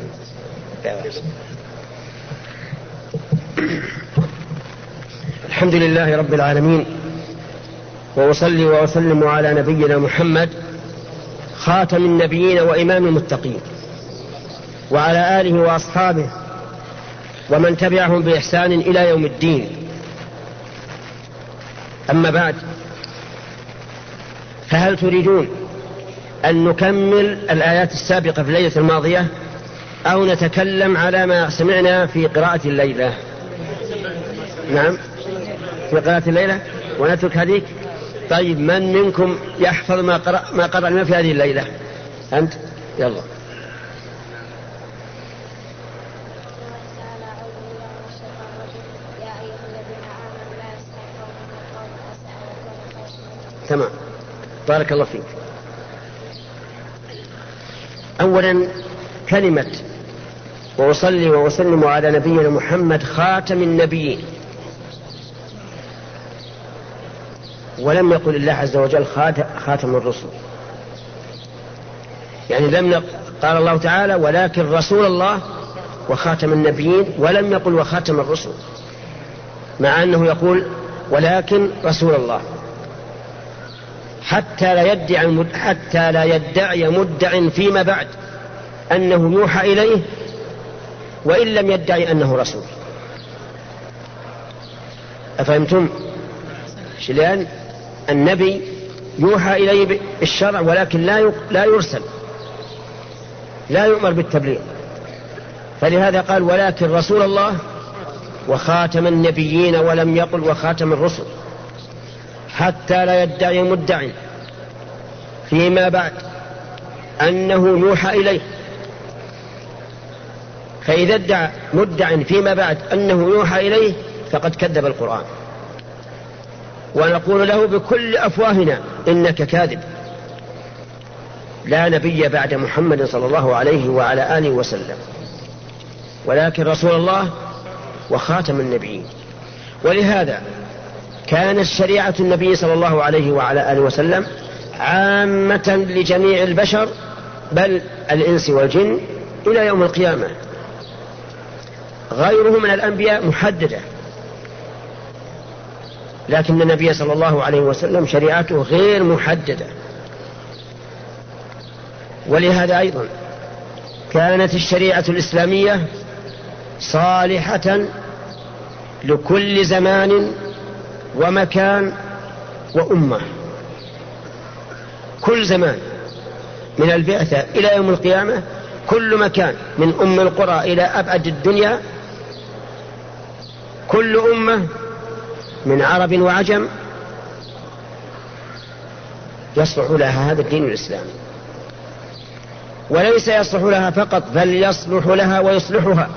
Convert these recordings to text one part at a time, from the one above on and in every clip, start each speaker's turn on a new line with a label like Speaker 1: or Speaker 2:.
Speaker 1: الحمد لله رب العالمين، وأصلي وأسلم على نبينا محمد خاتم النبيين وإمام المتقين، وعلى آله وأصحابه ومن تبعهم بإحسان إلى يوم الدين. أما بعد، فهل تريدون أن نكمل الآيات السابقة في الليلة الماضية أو نتكلم على ما سمعنا في قراءة الليلة؟ نعم، في قراءة الليلة ونترك هذيك. طيب، من منكم يحفظ ما قرأنا في هذه الليلة؟ أنت؟ يلا. تمام، بارك الله فيك. أولا، كلمة وأصلي وأسلم على نبينا محمد خاتم النبيين، ولم يقل الله عز وجل خاتم الرسل، يعني قال الله تعالى ولكن رسول الله وخاتم النبيين، ولم يقل وخاتم الرسل، مع أنه يقول ولكن رسول الله، حتى لا يدعي مدع فيما بعد أنه يوحى إليه وإن لم يدعي أنه رسول. أفهمتم؟ لأن النبي يوحى إليه بالشرع ولكن لا يرسل، لا يؤمر بالتبليغ، فلهذا قال ولكن رسول الله وخاتم النبيين، ولم يقل وخاتم الرسل، حتى لا يدعي مدع فيما بعد أنه يوحى إليه. فإذا ادعى مدع فيما بعد أنه يوحى إليه فقد كذب القرآن، ونقول له بكل أفواهنا إنك كاذب، لا نبي بعد محمد صلى الله عليه وعلى آله وسلم، ولكن رسول الله وخاتم النبيين. ولهذا كانت شريعة النبي صلى الله عليه وعلى آله وسلم عامة لجميع البشر، بل الإنس والجن إلى يوم القيامة، غيره من الأنبياء محددة، لكن النبي صلى الله عليه وسلم شريعته غير محددة. ولهذا أيضا كانت الشريعة الإسلامية صالحة لكل زمان ومكان وأمة، كل زمان من البعثة إلى يوم القيامة، كل مكان من أم القرى إلى أبعد الدنيا، كل أمة من عرب وعجم يصلح لها هذا الدين الإسلامي، وليس يصلح لها فقط بل يصلح لها ويصلحها.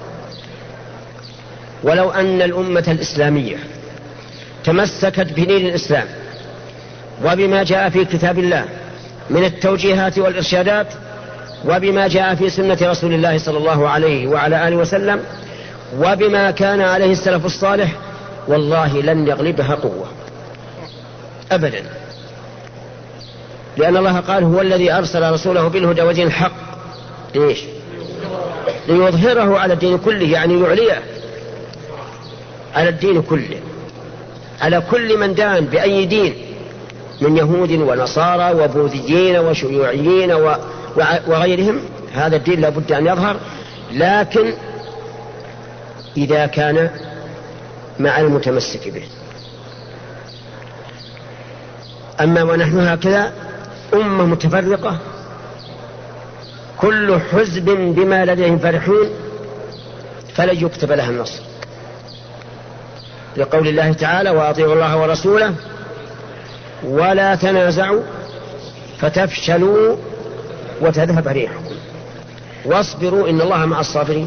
Speaker 1: ولو أن الأمة الإسلامية تمسكت بدين الإسلام وبما جاء في كتاب الله من التوجيهات والإرشادات، وبما جاء في سنة رسول الله صلى الله عليه وعلى آله وسلم، وبما كان عليه السلف الصالح، والله لن يغلبها قوة أبدا، لأن الله قال هو الذي أرسل رسوله بالهدى ودين الحق ليظهره على الدين كله، يعني يعليه على الدين كله، على كل من دان بأي دين من يهود ونصارى وبوذيين وشيوعيين وغيرهم. هذا الدين لا بد أن يظهر، لكن إذا كان مع المتمسك به. أما ونحن هكذا أمة متفرقة كل حزب بما لديهم فرحون، فلن يكتب لها النصر، لقول الله تعالى وأطيعوا الله ورسوله ولا تنازعوا فتفشلوا وتذهب ريحكم واصبروا إن الله مع الصابرين.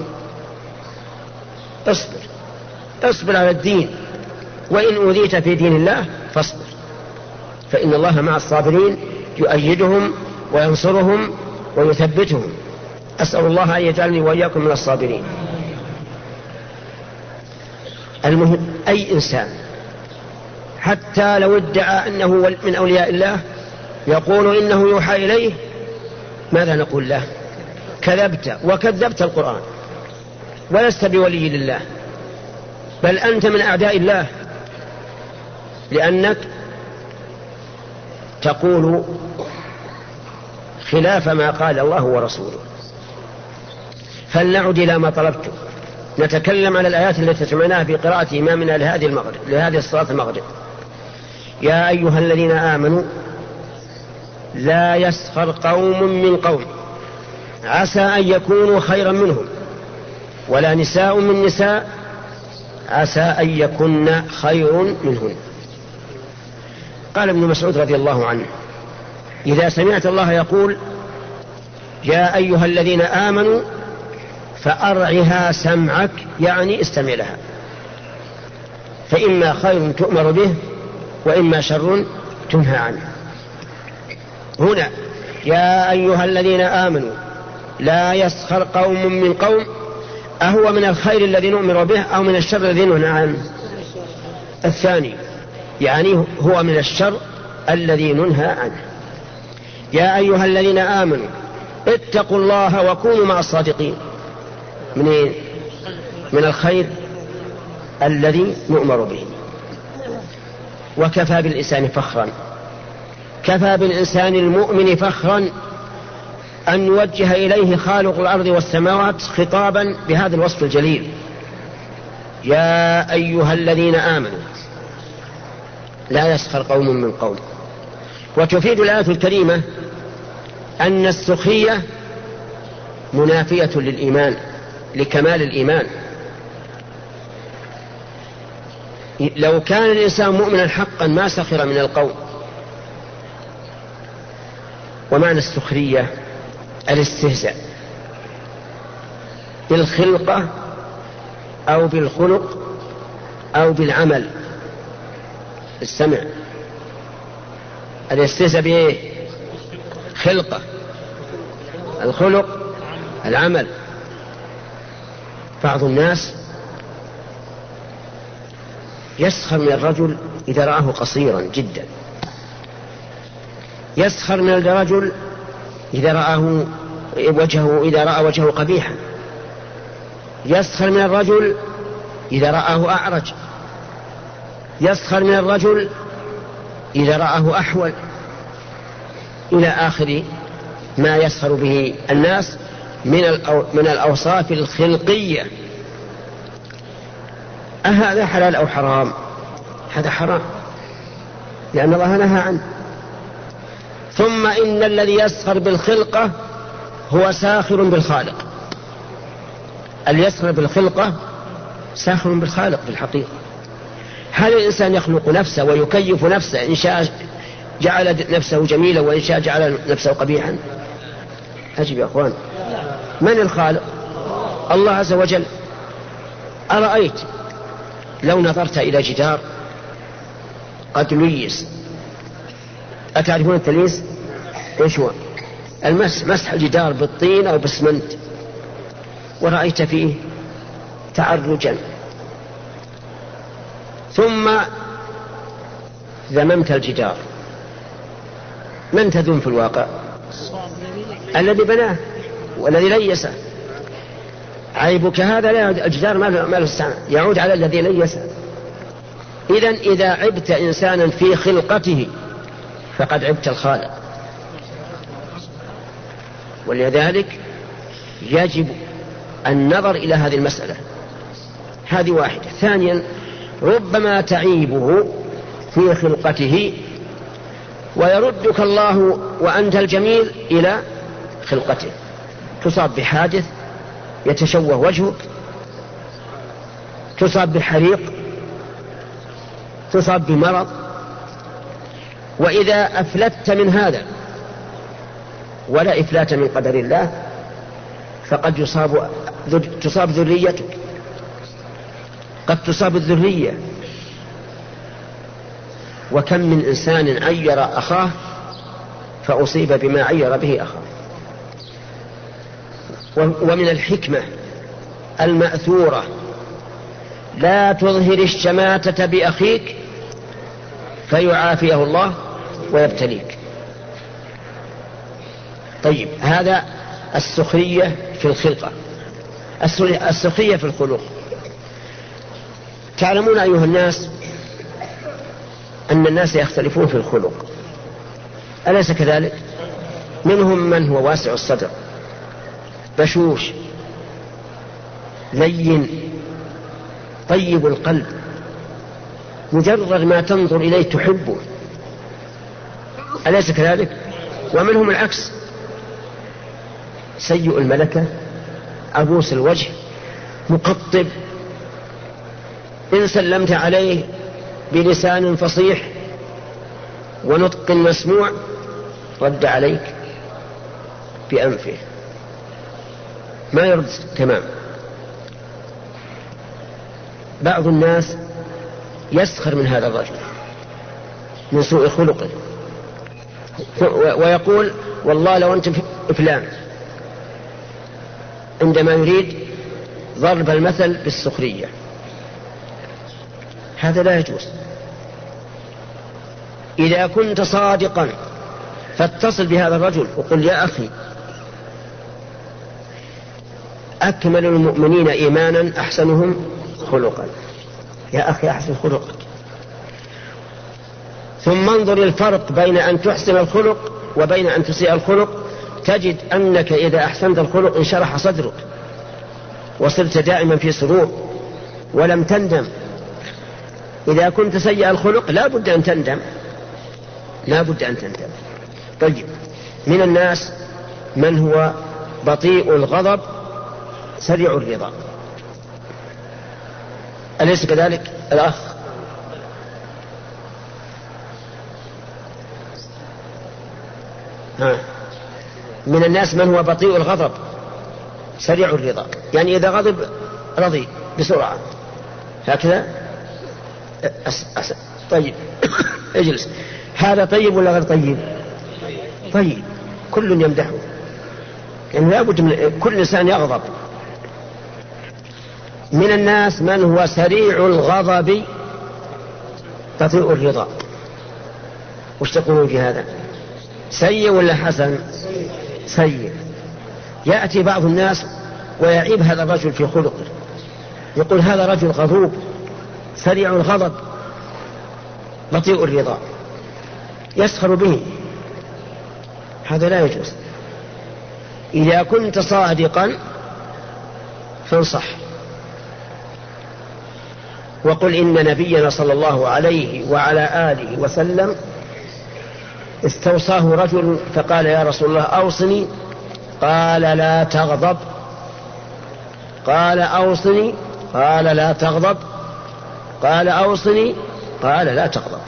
Speaker 1: اصبر على الدين، وإن أوذيت في دين الله فاصبر، فإن الله مع الصابرين يؤيدهم وينصرهم ويثبتهم. أسأل الله أن يجعلني وإياكم من الصابرين. المهم أي إنسان حتى لو ادعى أنه من أولياء الله يقول إنه يوحى إليه، ماذا نقول له؟ كذبت وكذبت القرآن ولست بولي لله، بل أنت من أعداء الله، لأنك تقول خلاف ما قال الله ورسوله. فلنعد إلى ما طلبته، نتكلم على الآيات التي سمعناها في قراءة إمامنا لهذه الصلاة المغرب. يا أيها الذين آمنوا لا يسخر قوم من قوم عسى أن يكونوا خيرا منهم، ولا نساء من نساء عسى أن يكن خير منهن. قال ابن مسعود رضي الله عنه: إذا سمعت الله يقول يا أيها الذين آمنوا فأرعها سمعك، يعني استمع لها، فإما خير تؤمر به وإما شر تنهى عنه. هنا يا أيها الذين آمنوا لا يسخر قوم من قوم، أهو من الخير الذي نؤمر به أو من الشر الذي ننهى عنه؟ الثاني، يعني هو من الشر الذي ننهى عنه. يا أيها الذين آمنوا اتقوا الله وكونوا مع الصادقين، من الخير الذي نؤمر به. وكفى بالإنسان فخرا، كفى بالإنسان المؤمن فخرا أن يوجه إليه خالق الأرض والسماوات خطابا بهذا الوصف الجليل: يا أيها الذين آمنوا لا يسخر قوم من قوم. وتفيد الآية الكريمة أن السخرية منافية للإيمان، لكمال الإيمان. لو كان الإنسان مؤمنا حقا ما سخر من القوم. ومعنى السخرية الاستهزاء بالخلقة أو بالخلق أو بالعمل. السمع الاستهزاء بإيه؟ خلقة، الخلق، العمل. بعض الناس يسخر من الرجل إذا رآه قصيرا جدا، يسخر من الرجل إذا رأى وجهه قبيحا، يسخر من الرجل إذا رآه أعرج، يسخر من الرجل إذا رآه أحول، إلى آخر ما يسخر به الناس من الأوصاف الخلقية. أهذا حلال أو حرام؟ هذا حرام، لأن الله نهى عنه. ثم إن الذي يسخر بالخلقة هو ساخر بالخالق. اللي يسخر بالخلقة ساخر بالخالق بالحقيقة. هل الإنسان يخلق نفسه ويكيف نفسه؟ إن شاء جعل نفسه جميلا وإن شاء جعل نفسه قبيحا. أجب يا أخوان، من الخالق؟ الله عز وجل. أرأيت لو نظرت إلى جدار قد ليس، أتعرفون التليس؟ إيش هو؟ مسح الجدار بالطين أو بالسمنت، ورأيت فيه تعرجا، ثم ذممت الجدار، من تذم في الواقع؟ الذي بناه والذي ليسه. عيبك هذا لا يعود، الجدار ما له استعمال، يعود على الذي ليسه. إذن إذا عبت إنسانا في خلقته فقد عبت الخالق. ولذلك يجب النظر إلى هذه المسألة. هذه واحدة. ثانيا، ربما تعيبه في خلقته ويردك الله وأنت الجميل إلى خلقته، تصاب بحادث يتشوه وجهك، تصاب بحريق، تصاب بمرض. وإذا أفلت من هذا ولا إفلات من قدر الله فقد تصاب ذريتك، قد تصاب الذرية. وكم من إنسان عير أخاه فأصيب بما عير به أخاه. ومن الحكمة المأثورة لا تظهر الشماتة بأخيك فيعافيه الله ويبتليك. طيب، هذا السخرية في الخلقة، السخرية في الخلق. تعلمون أيها الناس أن الناس يختلفون في الخلق، أليس كذلك؟ منهم من هو واسع الصدر بشوش لين طيب القلب، مجرد ما تنظر إليه تحبه، أليس كذلك؟ ومنهم العكس، سيء الملكة عبوس الوجه مقطب، إن سلمت عليه بلسان فصيح ونطق مسموع رد عليك بأنفه، ما يرد تمام. بعض الناس يسخر من هذا الرجل من سوء خلقه ويقول والله لو أنت فلان، عندما يريد ضرب المثل بالسخرية. هذا لا يجوز. إذا كنت صادقا فاتصل بهذا الرجل وقل يا أخي أكمل المؤمنين إيمانا أحسنهم خلقا، يا أخي أحسن خلقك. ثم انظر الفرق بين أن تحسن الخلق وبين أن تسيء الخلق، تجد أنك إذا أحسنت الخلق انشرح صدرك وصرت دائما في سرور ولم تندم. إذا كنت سيء الخلق لا بد أن تندم، لا بد أن تندم. طيب، من الناس من هو بطيء الغضب سريع الرضا، أليس كذلك الأخ؟ من الناس من هو بطيء الغضب سريع الرضا، يعني إذا غضب رضي بسرعة هكذا. طيب اجلس. هذا طيب ولا غير طيب؟ طيب، كل يمدحه، يعني لا بد من كل إنسان يغضب. من الناس من هو سريع الغضب بطيء الرضا، وش تقولون في هذا؟ سيء ولا حسن؟ سيء. يأتي بعض الناس ويعيب هذا الرجل في خلقه، يقول هذا رجل غضوب سريع الغضب بطيء الرضا، يسخر به. هذا لا يجوز. إذا كنت صادقا فانصح وقل إن نبينا صلى الله عليه وعلى آله وسلم استوصاه رجل فقال يا رسول الله أوصني، قال لا تغضب، قال أوصني، قال لا تغضب، قال أوصني، قال لا تغضب.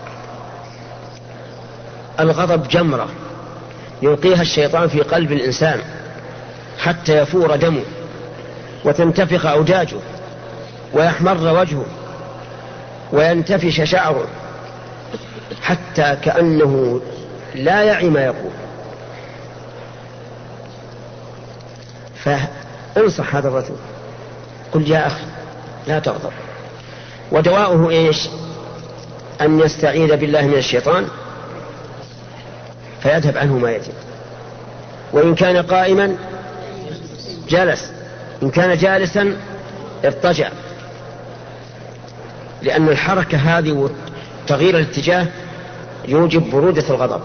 Speaker 1: الغضب جمرة يلقيها الشيطان في قلب الإنسان حتى يفور دمه وتنتفخ أوداجه ويحمر وجهه وينتفش شعره حتى كأنه لا يعي ما يقول. فانصح هذا الرجل، قل يا أخي لا تغضب. ودواؤه إيش؟ أن يستعيذ بالله من الشيطان فيذهب عنه ما يجب، وإن كان قائما جلس، إن كان جالسا ارتجع، لأن الحركة هذه وتغيير الاتجاه يوجب برودة الغضب.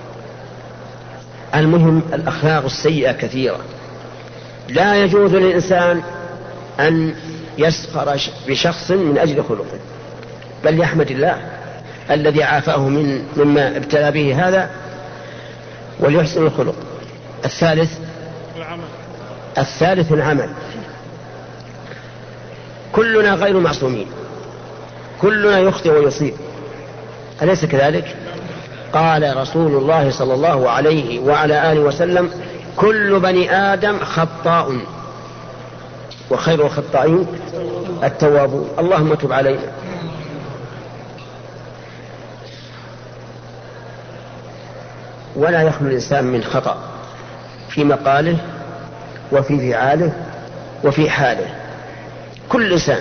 Speaker 1: المهم الأخلاق السيئة كثيرة، لا يجوز للإنسان أن يسخر بشخص من أجل خلقه، بل يحمد الله الذي عافاه مما ابتلى به هذا وليحسن الخلق. الثالث العمل. كلنا غير معصومين، كلنا يخطئ ويصيب، أليس كذلك؟ قال رسول الله صلى الله عليه وعلى آله وسلم كل بني آدم خطاء وخير الخطائين التوابون. اللهم تب علينا. ولا يخلو الإنسان من خطأ في مقاله وفي فعاله وفي حاله، كل إنسان.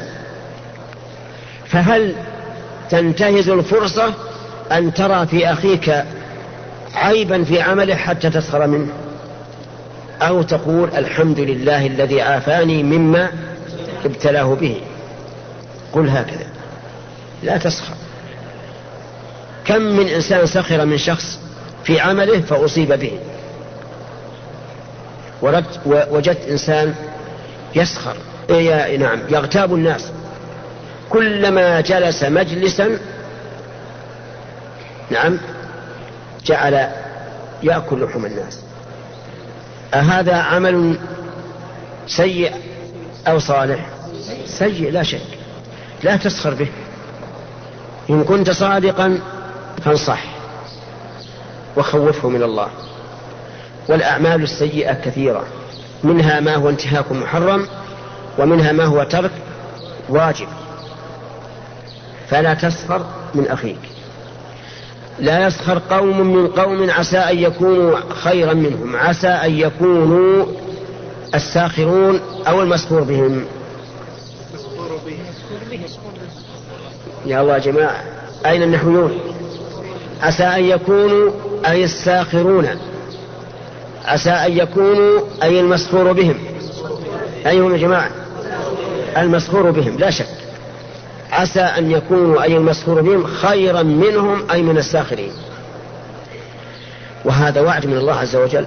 Speaker 1: فهل تنتهز الفرصة أن ترى في أخيك عيبا في عمله حتى تسخر منه، أو تقول الحمد لله الذي عافاني مما ابتلاه به. قل هكذا، لا تسخر. كم من إنسان سخر من شخص في عمله فأصيب به، وجدت إنسان يسخر نعم يغتاب الناس، كلما جلس مجلسا نعم جعل يأكل لحوم الناس. أهذا عمل سيء أو صالح؟ سيء لا شك. لا تسخر به، إن كنت صادقا فانصح وخوفه من الله. والأعمال السيئة كثيرة، منها ما هو انتهاك محرم، ومنها ما هو ترك واجب. فلا تسخر من أخيك. لا يسخر قوم من قوم عسى أن يكونوا خيرا منهم. عسى أن يكونوا الساخرون أو المسخور بهم. يا الله يا جماعة، أين النحويون؟ عسى أن يكونوا أي الساخرون، عسى أن يكونوا أي المسخور بهم. أيهم يا جماعة؟ المسخور بهم لا شك. عسى أن يكونوا أي المسخور بهم خيرا منهم أي من الساخرين. وهذا وعد من الله عز وجل.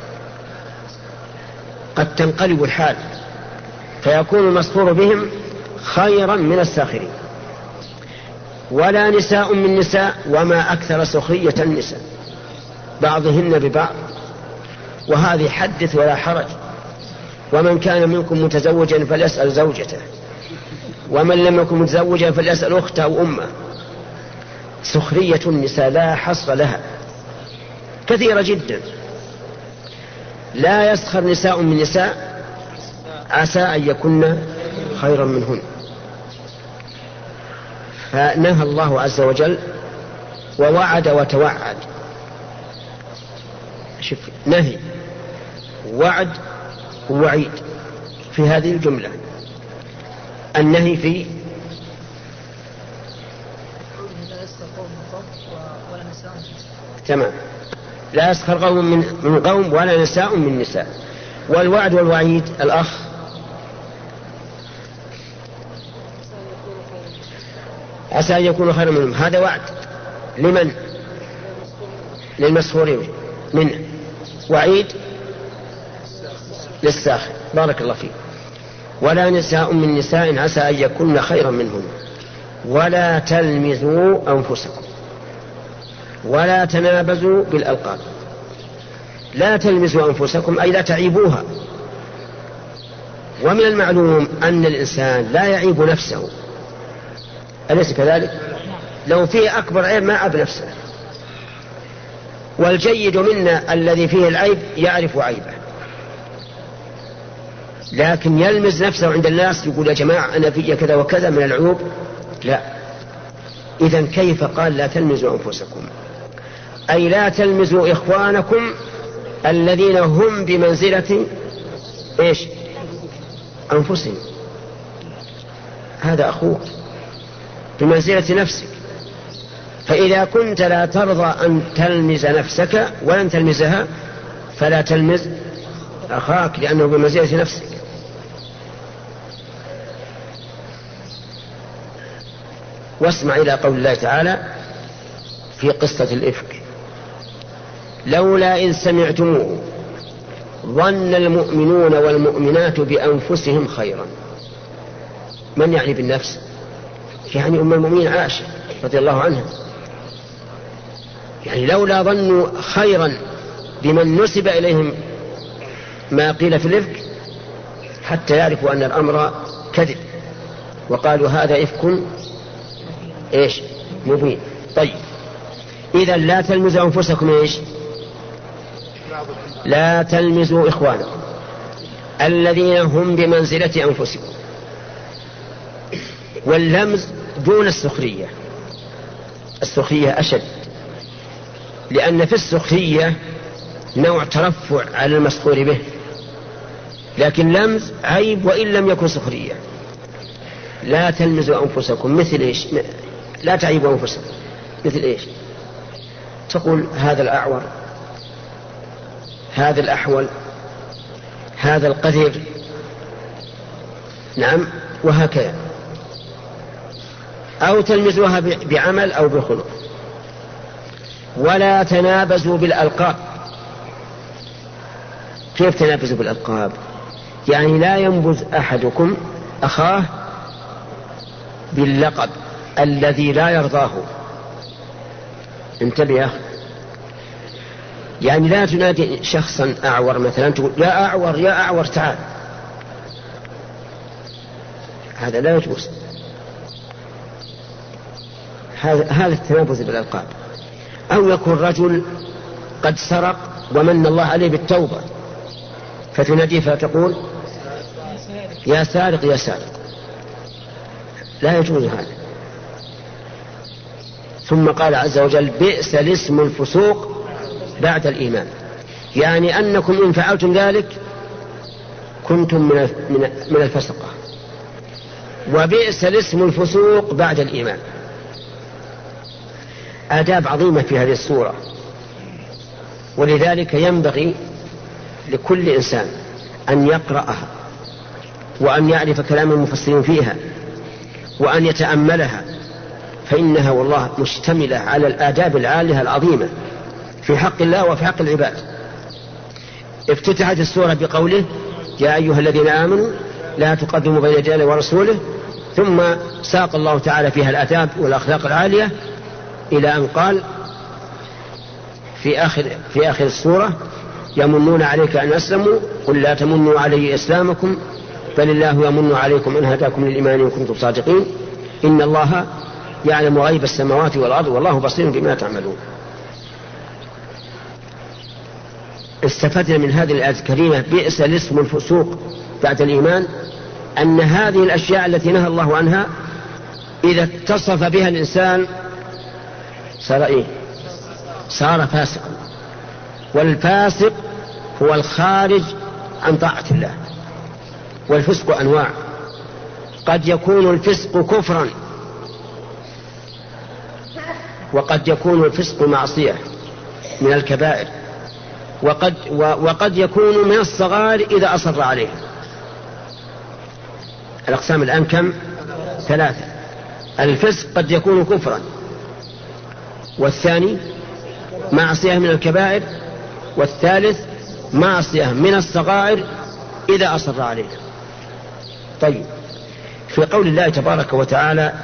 Speaker 1: قد تنقلب الحال فيكون المسخور بهم خيرا من الساخرين. ولا نساء من نساء، وما أكثر سخرية النساء بعضهن ببعض. وهذه حدث ولا حرج. ومن كان منكم متزوجا فليسأل زوجته، ومن لم يكن متزوجا فليسأل أخته أو أمه. سخرية النساء لا حصر لها، كثيرة جدا. لا يسخر نساء من نساء عسى أن يكن خيرا منهن. فنهى الله عز وجل ووعد وتوعد. شوف، نهي وعد ووعيد في هذه الجملة. النهي في تمام، لا يسخر قوم من قوم ولا نساء من نساء. والوعد والوعيد الأخ عسى أن يكون خيرا منهم، هذا وعد لمن؟ للمسخورين منه. وعيد للساخر. بارك الله فيك. ولا نساء من نساء عسى أن يكون خيرا منهم. ولا تلمزوا أنفسكم ولا تنابزوا بالألقاب. لا تلمزوا أنفسكم أي لا تعيبوها. ومن المعلوم أن الإنسان لا يعيب نفسه، أليس كذلك؟ لو فيه أكبر عيب ما عاب نفسه. والجيد منا الذي فيه العيب يعرف عيبه، لكن يلمز نفسه عند الناس يقول يا جماعة أنا في كذا وكذا من العيوب. لا. إذن كيف قال لا تلمزوا أنفسكم؟ أي لا تلمزوا إخوانكم الذين هم بمنزلة إيش؟ أنفسهم. هذا أخوك بمنزلة نفسك. فإذا كنت لا ترضى أن تلمز نفسك ولن تلمزها فلا تلمز أخاك لأنه بمنزلة نفسك. واسمع إلى قول الله تعالى في قصة الإفك: لولا إن سمعتموه ظن المؤمنون والمؤمنات بأنفسهم خيرا. من يعني بالنفس؟ يعني أم المؤمنين عائشة رضي الله عنها. يعني لولا ظنوا خيرا بمن نسب إليهم ما قيل في الإفك حتى يعرفوا أن الأمر كذب، وقالوا هذا إفك إيش؟ مبين. طيب، إذا لا تلمزوا أنفسكم إيش؟ لا تلمزوا إخوانكم الذين هم بمنزلة أنفسكم. واللمز دون السخرية. السخرية أشد، لأن في السخرية نوع ترفع على المسخور به، لكن لمز عيب وإن لم يكن سخرية. لا تلمزوا أنفسكم مثل إيش؟ لا تعيبوا أنفسكم مثل إيش؟ تقول هذا الأعور، هذا الأحول، هذا القذر. نعم، وهكذا. أو تلمزوها بعمل أو بخلق. ولا تنابزوا بالألقاب. كيف تنابزوا بالألقاب؟ يعني لا ينبز أحدكم أخاه باللقب الذي لا يرضاه. انتبه، يعني لا تنادي شخصا أعور مثلا تقول يا أعور يا أعور تعال، هذا لا يجوز. هذا التنابز بالألقاب. أو يكون رجل قد سرق ومن الله عليه بالتوبة فتناديه فتقول يا سارق يا سارق، لا يجوز هذا. ثم قال عز وجل بئس الاسم الفسوق بعد الإيمان، يعني أنكم إن فعلتم ذلك كنتم من الفسقة. وبئس الاسم الفسوق بعد الإيمان. آداب عظيمة في هذه السورة، ولذلك ينبغي لكل إنسان أن يقرأها وأن يعرف كلام المفسرين فيها وأن يتأملها، فإنها والله مشتملة على الآداب العالية العظيمة في حق الله وفي حق العباد. افتتحت السورة بقوله يا أيها الذين آمنوا لا تقدموا بين يدي الله ورسوله، ثم ساق الله تعالى فيها الآداب والأخلاق العالية إلى أن قال في آخر السورة يمنون عليك أن أسلموا قل لا تمنوا علي إسلامكم بل الله يمن عليكم أن هداكم للإيمان إن كنتم صادقين إن الله يعلم غيب السماوات والأرض والله بصير بما تعملون. استفدنا من هذه الآية الكريمة بئس الاسم الفسوق بعد الإيمان أن هذه الأشياء التي نهى الله عنها إذا اتصف بها الإنسان صار إيه؟ صار فاسقا. والفاسق هو الخارج عن طاعة الله. والفسق أنواع، قد يكون الفسق كفرا وقد يكون الفسق معصية من الكبائر، وقد يكون من الصغائر إذا أصر عليه. الأقسام الآن كم؟ 3. الفسق قد يكون كفرا، والثاني معصية من الكبائر، والثالث معصية من الصغائر إذا أصر عليه. طيب، في قول الله تبارك وتعالى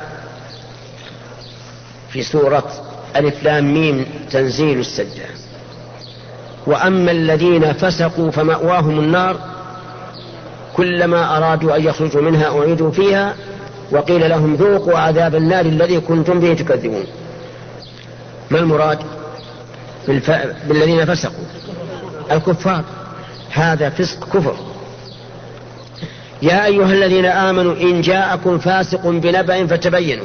Speaker 1: في سورة ألف لام ميم تنزيل السجدة وأما الذين فسقوا فمأواهم النار كلما أرادوا أن يخرجوا منها أعيدوا فيها وقيل لهم ذوقوا عذاب النار الذي كنتم به تكذبون. ما المراد بالذين فسقوا؟ الكفار، هذا فسق كفر. يا أيها الذين آمنوا إن جاءكم فاسق بنبأ فتبينوا.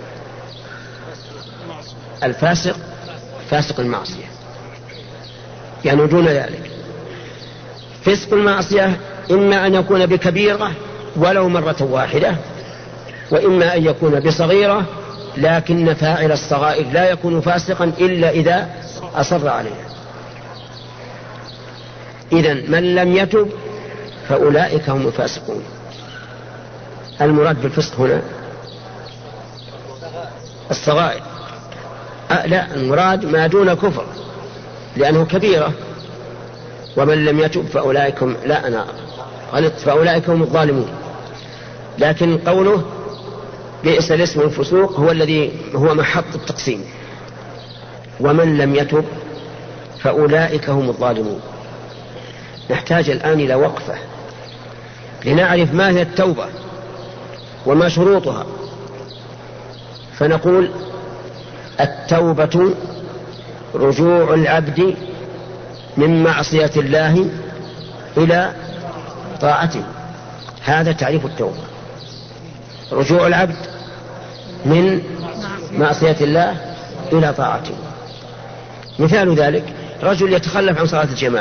Speaker 1: الفاسق فاسق المعصية، يعني دون ذلك. فسق المعصية إما أن يكون بكبيرة ولو مرة واحدة، وإما أن يكون بصغيرة لكن فاعل الصغائر لا يكون فاسقا إلا إذا أصر عليها. إذن من لم يتب فأولئك هم الفاسقون. المراد بالفسق هنا الصغائر، لا، المراد ما دون كفر لأنه كبيرة. ومن لم يتب فأولئك هم لا أنا غلط فأولئك هم الظالمون. لكن قوله بئس الاسم الفسوق هو الذي هو محط التقسيم. ومن لم يتب فأولئك هم الظالمون. نحتاج الآن إلى وقفة لنعرف ما هي التوبة وما شروطها. فنقول التوبة رجوع العبد من معصية الله إلى طاعته، هذا تعريف التوبة. رجوع العبد من معصية الله إلى طاعته. مثال ذلك رجل يتخلف عن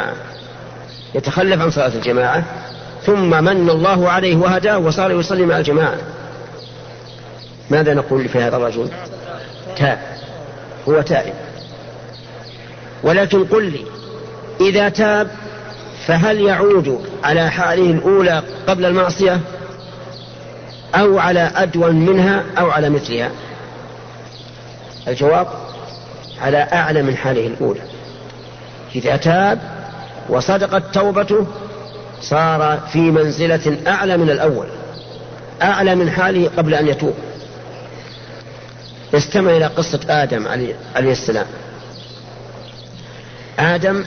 Speaker 1: صلاة الجماعة ثم من الله عليه وهداه وصار يصلي مع الجماعة، ماذا نقول في هذا الرجل؟ تاب، هو تائب. ولكن قل لي إذا تاب فهل يعود على حاله الأولى قبل المعصية أو على أدون منها أو على مثلها؟ الجواب على أعلى من حاله الأولى. إذا تاب وصدقت توبته صار في منزلة أعلى من الأول، أعلى من حاله قبل أن يتوب. استمع إلى قصة آدم عليه السلام. آدم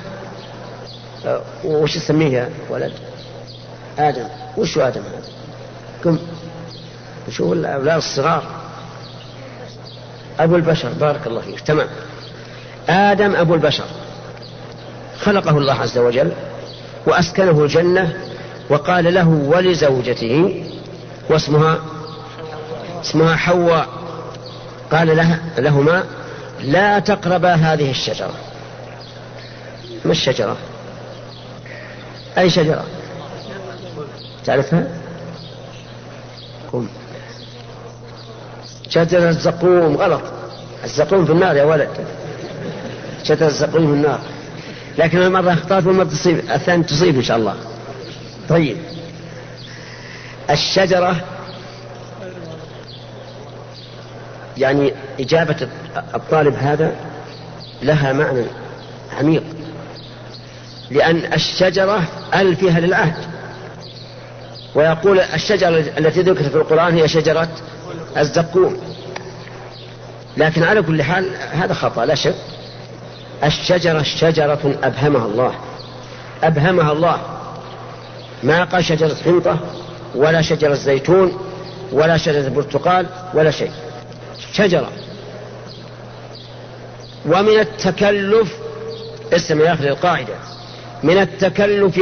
Speaker 1: وش يسميه يا ولد؟ آدم وش آدم هذا؟ كم وشو الأولاد الصغار؟ أبو البشر، بارك الله فيك، تمام. آدم أبو البشر، خلقه الله عز وجل وأسكنه الجنة وقال له ولزوجته واسمها حواء، قال لهما لا تقربا هذه الشجرة. ما الشجرة؟ أي شجرة تعرفها؟ شجرة الزقوم. غلط، الزقوم في النار يا ولد، شجرة الزقوم في النار، لكن المرة اخطأت والمرة تصيب، الثاني تصيب إن شاء الله. طيب، الشجرة يعني إجابة الطالب هذا لها معنى عميق، لأن الشجرة ألفها للعهد، ويقول الشجرة التي ذكرت في القرآن هي شجرة الزقوم، لكن على كل حال هذا خطأ لا شك. الشجرة شجرة أبهمها الله، ما قال شجرة حنطة ولا شجرة زيتون ولا شجرة برتقال ولا شيء، شجرة. ومن التكلف، اسم يا أخي القاعدة، من التكلف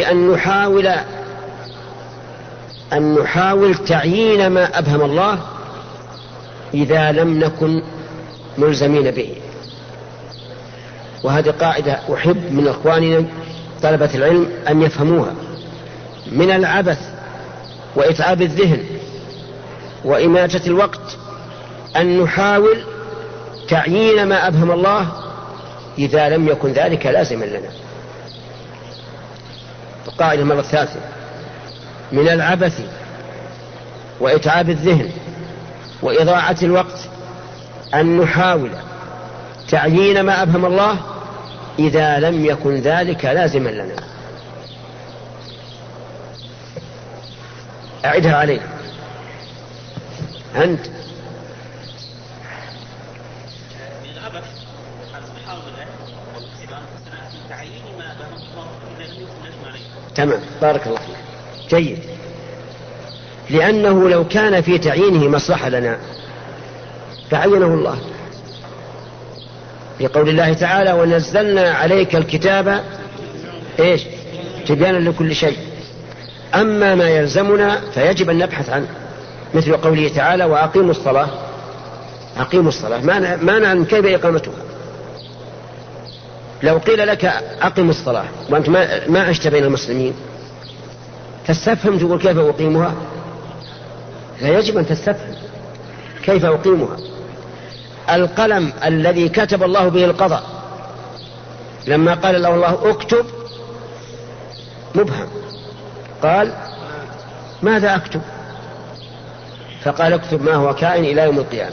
Speaker 1: أن نحاول تعيين ما أبهم الله إذا لم نكن ملزمين به. وهذه قاعدة أحب من إخواننا طلبة العلم أن يفهموها. من العبث وإتعاب الذهن وإماتة الوقت أن نحاول تعيين ما أبهم الله إذا لم يكن ذلك لازما لنا. القاعدة مرة ثالثة: من العبث وإتعاب الذهن وإضاعة الوقت أن نحاول تعيين ما أبهم الله إذا لم يكن ذلك لازما لنا. أعدها عليه أنت. تمام، بارك الله فيك، جيد. لأنه لو كان في تعيينه مصلحة لنا فعينه الله، في قول الله تعالى: ونزلنا عليك الكتاب تبيانا لكل شيء. أما ما يلزمنا فيجب أن نبحث عنه، مثل قوله تعالى: وأقيموا الصلاة. ما نعلم كيف إقامتها. لو قيل لك أقم الصلاة وأنت ما عشت بين المسلمين، تستفهم تقول كيف أقيمها؟ لا، يجب أن تستفهم كيف أقيمها. القلم الذي كتب الله به القضاء لما قال له الله اكتب مبهم، قال ماذا أكتب؟ فقال اكتب ما هو كائن إلى يوم القيامة.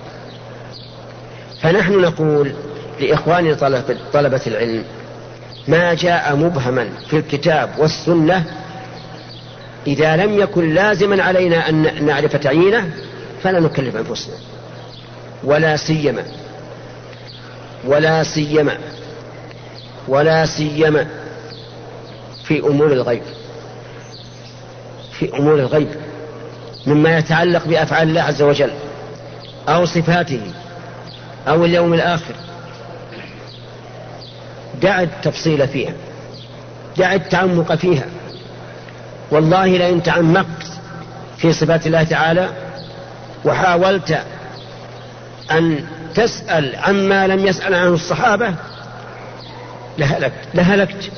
Speaker 1: فنحن نقول لإخواننا طلبة العلم: ما جاء مبهما في الكتاب والسنة إذا لم يكن لازما علينا أن نعرف تعيينه فلا نكلف أنفسنا، ولا سيما في أمور الغيب مما يتعلق بأفعال الله عز وجل أو صفاته أو اليوم الآخر. دع التفصيل فيها، دع التعمق فيها. والله لئن تعمقت في صفات الله تعالى وحاولت أن تسأل عما لم يسأل عنه الصحابة لهلكت.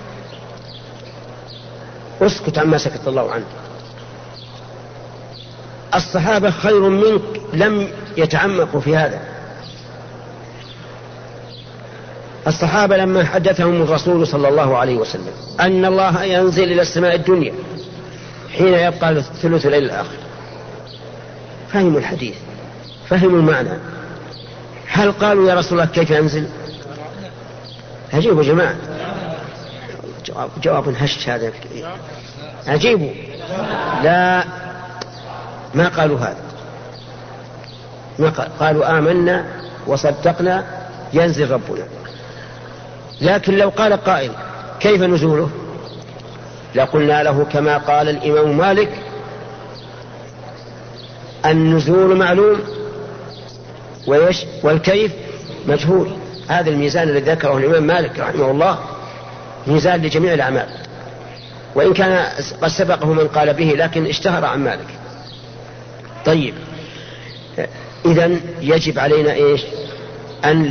Speaker 1: اسكت عما سكت الله عنه. الصحابة خير منك لم يتعمقوا في هذا. الصحابة لما حدثهم الرسول صلى الله عليه وسلم أن الله ينزل إلى السماء الدنيا حين يبقى ثلث الليل الآخر فهموا الحديث، فهموا المعنى. هل قالوا يا رسول الله كيف ينزل؟ أجيبوا جماعة، جواب هش هذا، أجيبوا. لا، ما قالوا هذا، ما قالوا آمنا وصدقنا ينزل ربنا. لكن لو قال قائل كيف نزوله لقلنا له كما قال الإمام مالك: النزول معلوم والكيف مجهول. هذا الميزان الذي ذكره الإمام مالك رحمه الله ميزان لجميع الأعمال، وإن كان قد سبقه من قال به لكن اشتهر عن مالك. طيب، إذن يجب علينا إيش؟ أن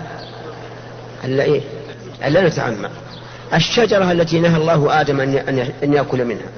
Speaker 1: لا نتعمى. الشجرة التي نهى الله آدم أن يأكل منها،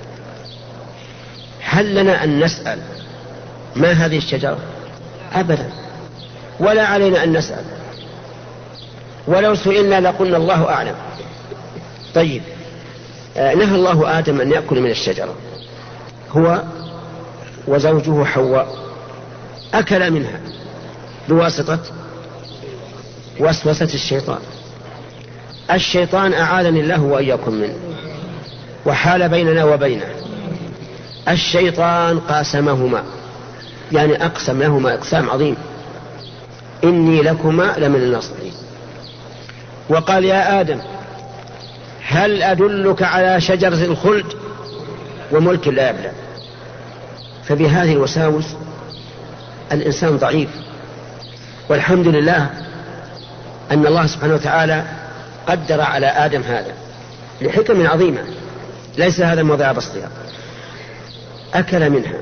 Speaker 1: هل لنا أن نسأل ما هذه الشجرة؟ أبدا، ولا علينا أن نسأل، ولو سئلنا لقلنا الله أعلم. طيب، نهى الله آدم أن يأكل من الشجرة، هو وزوجه حواء أكل منها بواسطة وسوسة الشيطان. الشيطان أعاذني الله وإياكم منه وحال بيننا وبينه. الشيطان قاسمهما، يعني أقسم لهما إقسام عظيم: إني لكما لمن الناصحين. وقال: يا آدم هل أدلك على شجرة الخلد وملك لا يبلى؟ فبهذه الوساوس الإنسان ضعيف، والحمد لله أن الله سبحانه وتعالى قدر على آدم هذا لحكم عظيمة، ليس هذا موضع بسطها. أكل منها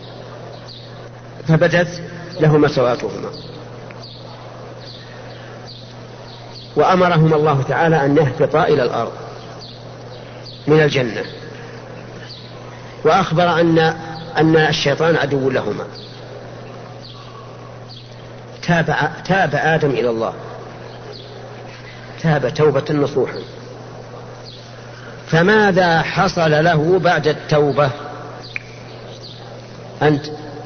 Speaker 1: فبدت لهما سواتهما، وأمرهما الله تعالى أن يهبطا إلى الأرض من الجنة، وأخبر أن الشيطان عدو لهما. تاب آدم إلى الله، تاب توبة نصوحا. فماذا حصل له بعد التوبة؟ أنت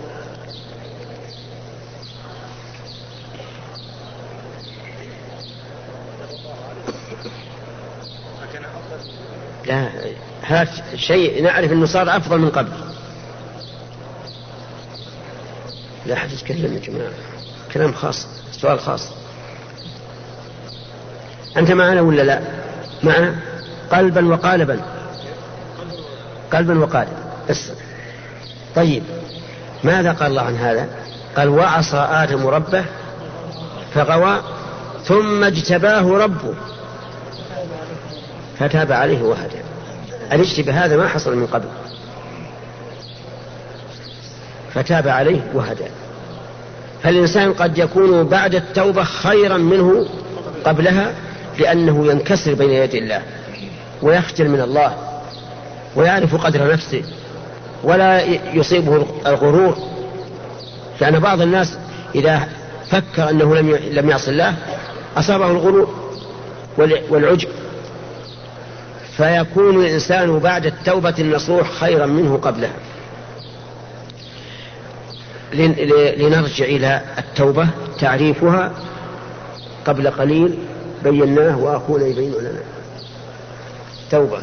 Speaker 1: لا، هذا شيء نعرف أنه صار أفضل من قبل. لا أحد يتكلم يا جماعة، كلام خاص، سؤال خاص. أنت معنا ولا لا؟ معنا قلبا وقالبا، قلبا وقالبا بس. طيب، ماذا قال الله عن هذا؟ قال: وعصى آدم ربه فغوى ثم اجتباه ربه فتاب عليه وهدى. الاشتباه هذا ما حصل من قبل، فتاب عليه وهدى. فالإنسان قد يكون بعد التوبة خيرا منه قبلها، لأنه ينكسر بين يدي الله ويخجل من الله ويعرف قدر نفسه ولا يصيبه الغرور. لأن بعض الناس إذا فكر أنه لم يعص الله أصابه الغرور والعجب، فيكون الإنسان بعد التوبة النصوح خيرا منه قبلها. لنرجع إلى التوبة، تعريفها قبل قليل بيناه وأخونا يبين لنا. توبة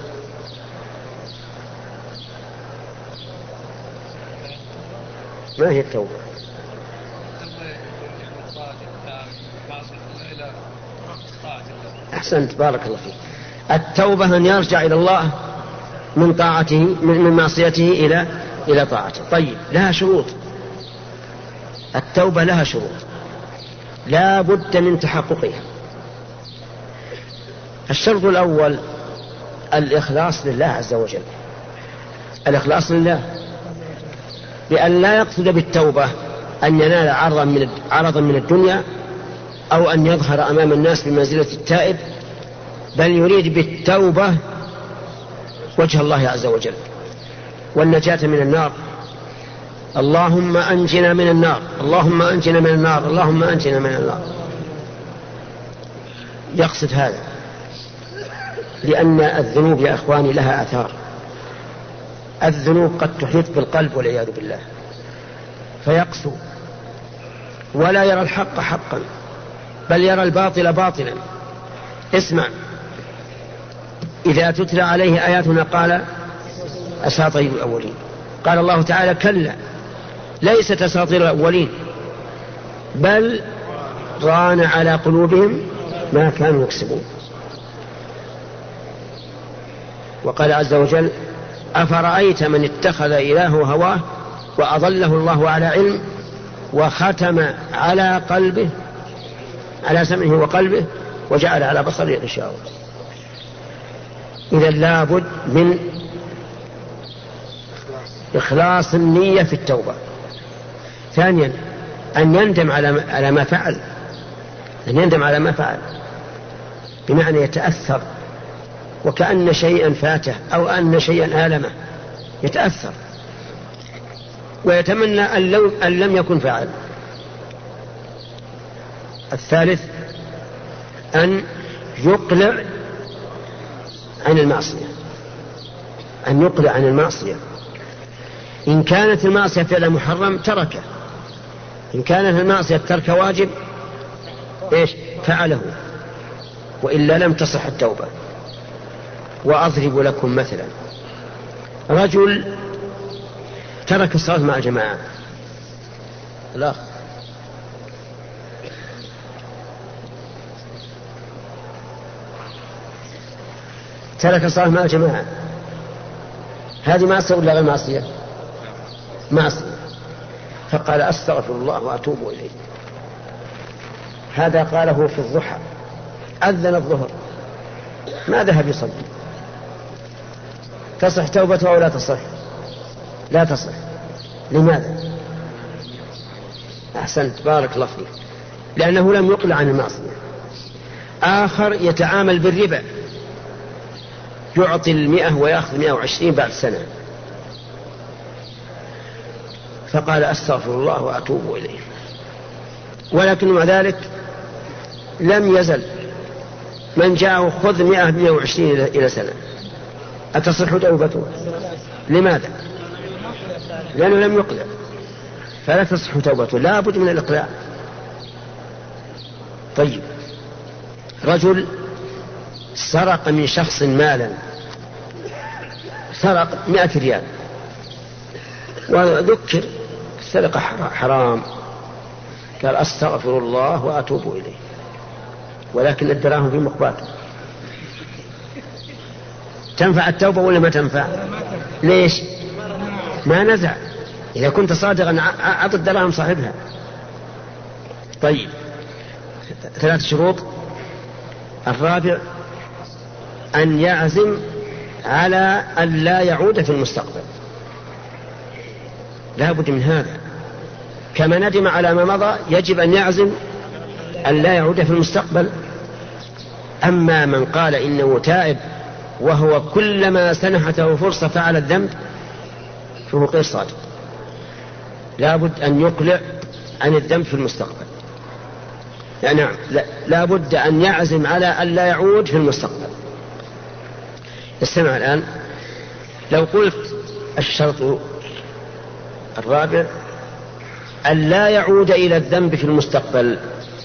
Speaker 1: ما هي التوبة؟ أحسنت، بارك الله فيك. التوبة أن يرجع إلى الله من طاعته، من معصيته إلى طاعته. طيب، لها شروط. التوبة لها شروط لا بد من تحققها. الشرط الأول الإخلاص لله عز وجل، الإخلاص لله، بأن لا يقصد بالتوبة أن ينال عرضا من الدنيا أو أن يظهر أمام الناس بمنزلة التائب، بل يريد بالتوبة وجه الله عز وجل والنجاة من النار. اللهم أنجنا من النار، اللهم أنجنا من النار، اللهم أنجنا من النار. يقصد هذا، لأن الذنوب يا أخواني لها آثار. الذنوب قد تحيط بالقلب والعياذ بالله فيقسو ولا يرى الحق حقا، بل يرى الباطل باطلا. اسمع، إذا تتلى عليه آياتنا قال أساطير الأولين. قال الله تعالى كلا ليست أساطير الأولين بل ران على قلوبهم ما كانوا يكسبون. وقال عز وجل أفرأيت من اتخذ إلهه هواه وأضله الله على علم وختم على قلبه على سمعه وقلبه وجعل على بصره غشاوة. إذا لابد من إخلاص النية في التوبة. ثانيا أن يندم على ما فعل، أن يندم على ما فعل بمعنى يتأثر وكأن شيئا فاته أو أن شيئا آلمه، يتأثر ويتمنى أن لم يكن فعل. الثالث أن يقلع عن المعصية، أن يقلع عن المعصية. إن كانت المعصية فعل محرم تركه، إن كانت المعصية ترك واجب فعله، وإلا لم تصح التوبة. وأضرب لكم مثلا، رجل ترك الصلاة مع الجماعة، الأخ ترك الصلاة مع الجماعة، هذه معصية ولا غير معصية؟ معصية. فقال أستغفر الله وأتوب إليه. هذا قاله في الضحى، أذن الظهر ما ذهب يصلي، تصح توبته أو لا تصح؟ لا تصح. لماذا؟ أحسنت، بارك الله فيك، لأنه لم يقلع عن المعصية. آخر يتعامل بالربا، يعطي 100 ويأخذ 120 بعد سنة، فقال أستغفر الله وأتوب إليه، ولكن مع ذلك لم يزل من جاءه خذ 100 120 إلى سنة، أتصح توبته؟ لماذا؟ لأنه لم يقلع، فلا تصح توبته، لا بد من الإقلاع. طيب، رجل سرق من شخص مالا، سرق 100 ريال وذكر السرقة حرام، قال أستغفر الله وأتوب إليه، ولكن الدراهم في مقباته. تنفع التوبة ولا ما تنفع؟ ليش؟ ما نزع. إذا كنت صادقا أعط الدراهم صاحبها. طيب، 3 شروط. الرابع أن يعزم على أن لا يعود في المستقبل، لا بد من هذا. كما ندم على ما مضى يجب أن يعزم أن لا يعود في المستقبل. أما من قال إنه تائب وهو كلما سنحته فرصة فعل الذنب فهو غير صادق، لا بد أن يقلع عن الذنب في المستقبل. يعني لا بد أن يعزم على أن لا يعود في المستقبل. استمع الآن، لو قلت الشرط الرابع أن لا يعود إلى الذنب في المستقبل،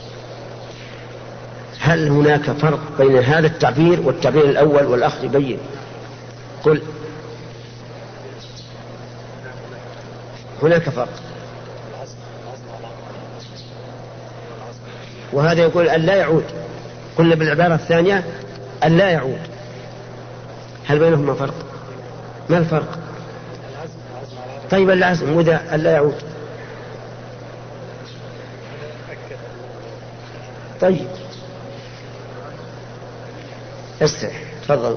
Speaker 1: هل هناك فرق بين هذا التعبير والتعبير الأول والآخر؟ يبين. قل هناك فرق. وهذا يقول أن لا يعود، قلنا بالعبارة الثانية أن لا يعود، هل بينهما فرق؟ ما الفرق؟ طيب العزم وذا أن لا يعود. طيب استرح، تفضل.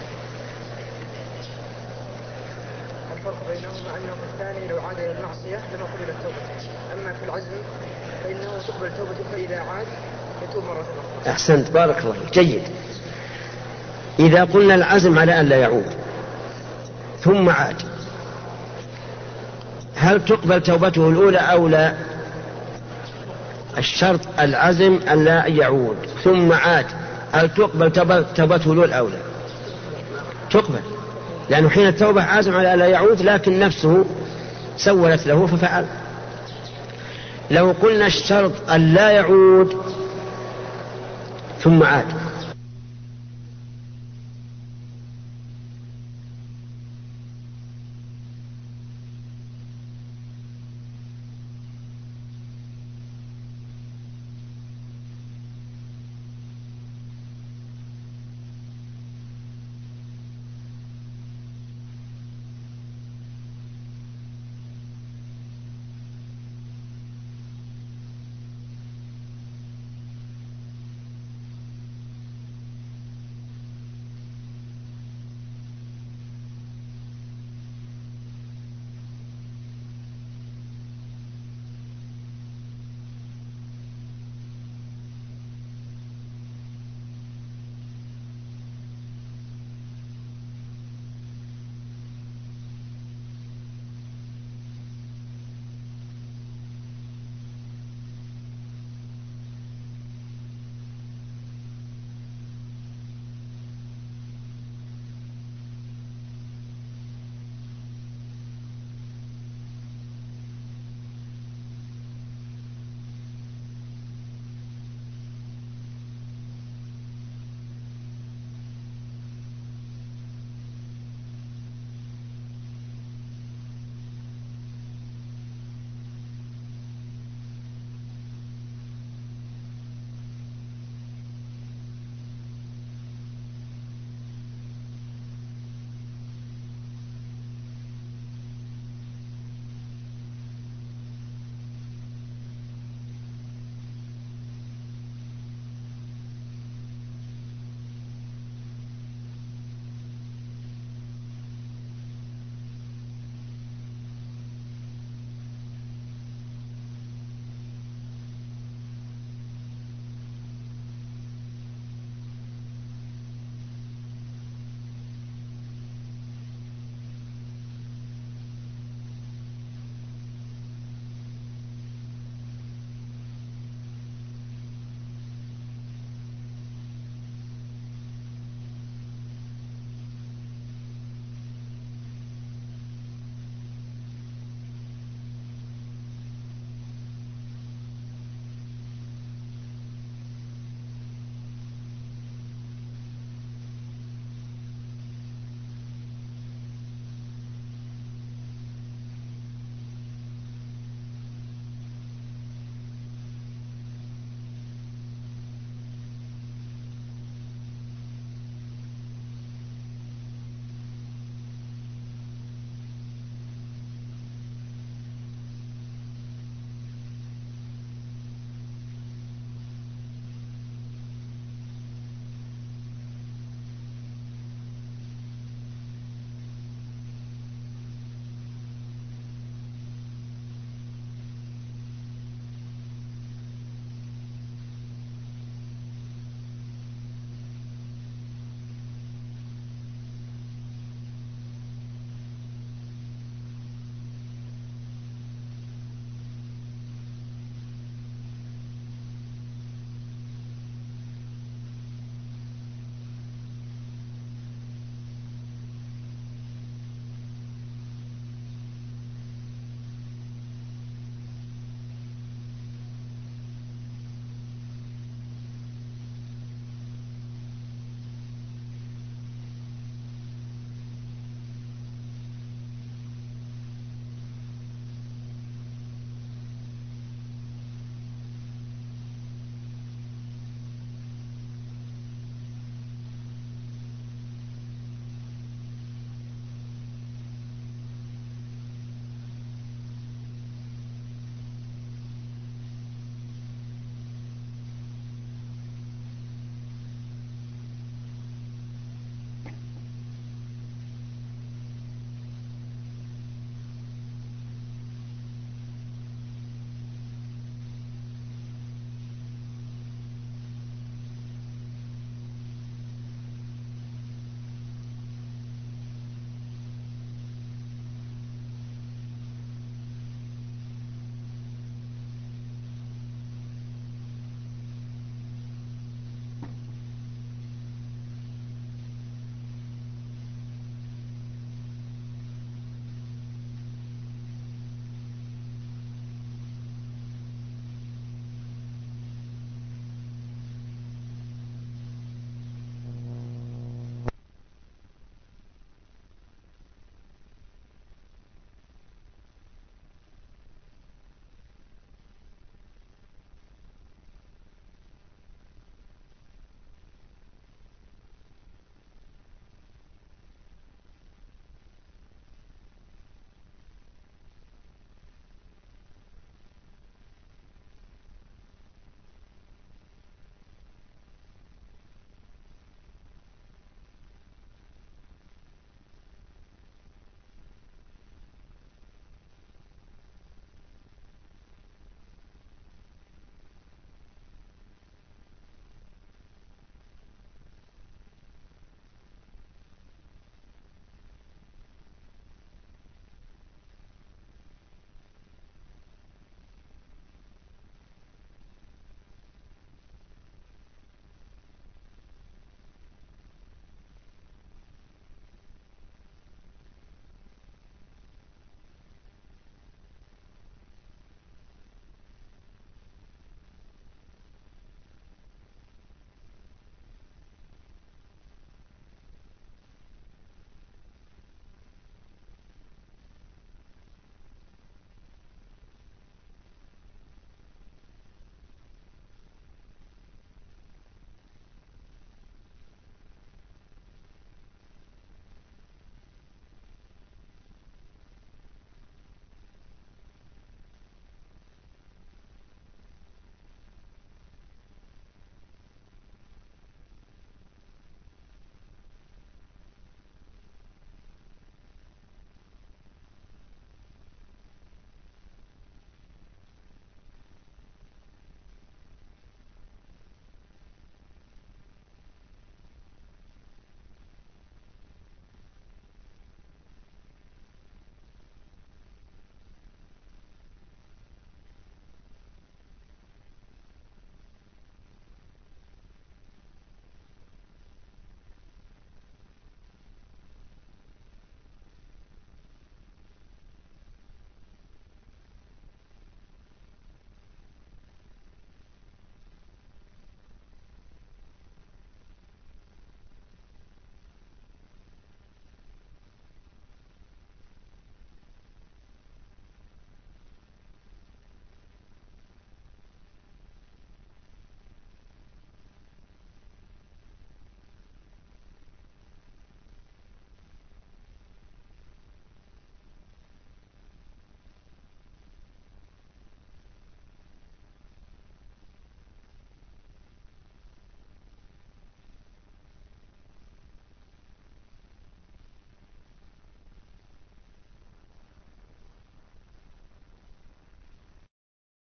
Speaker 2: الفرق بينهما أنه الثاني لو عاد إلى المعصية لما قبلت توبته، أما في العزم فإنه تقبل توبته فإذا عاد يتوب مرة أخرى.
Speaker 1: أحسنت، بارك الله فيك، جيد. إذا قلنا العزم على أن لا يعود ثم عاد، هل تقبل توبته الأولى أو لا؟ الشرط العزم أن لا يعود ثم عاد، هل تقبل توبته له الأولى؟ تقبل، لأنه حين التوبة عازم على لا يعود، لكن نفسه سولت له ففعل. لو قلنا اشترط أن لا يعود ثم عاد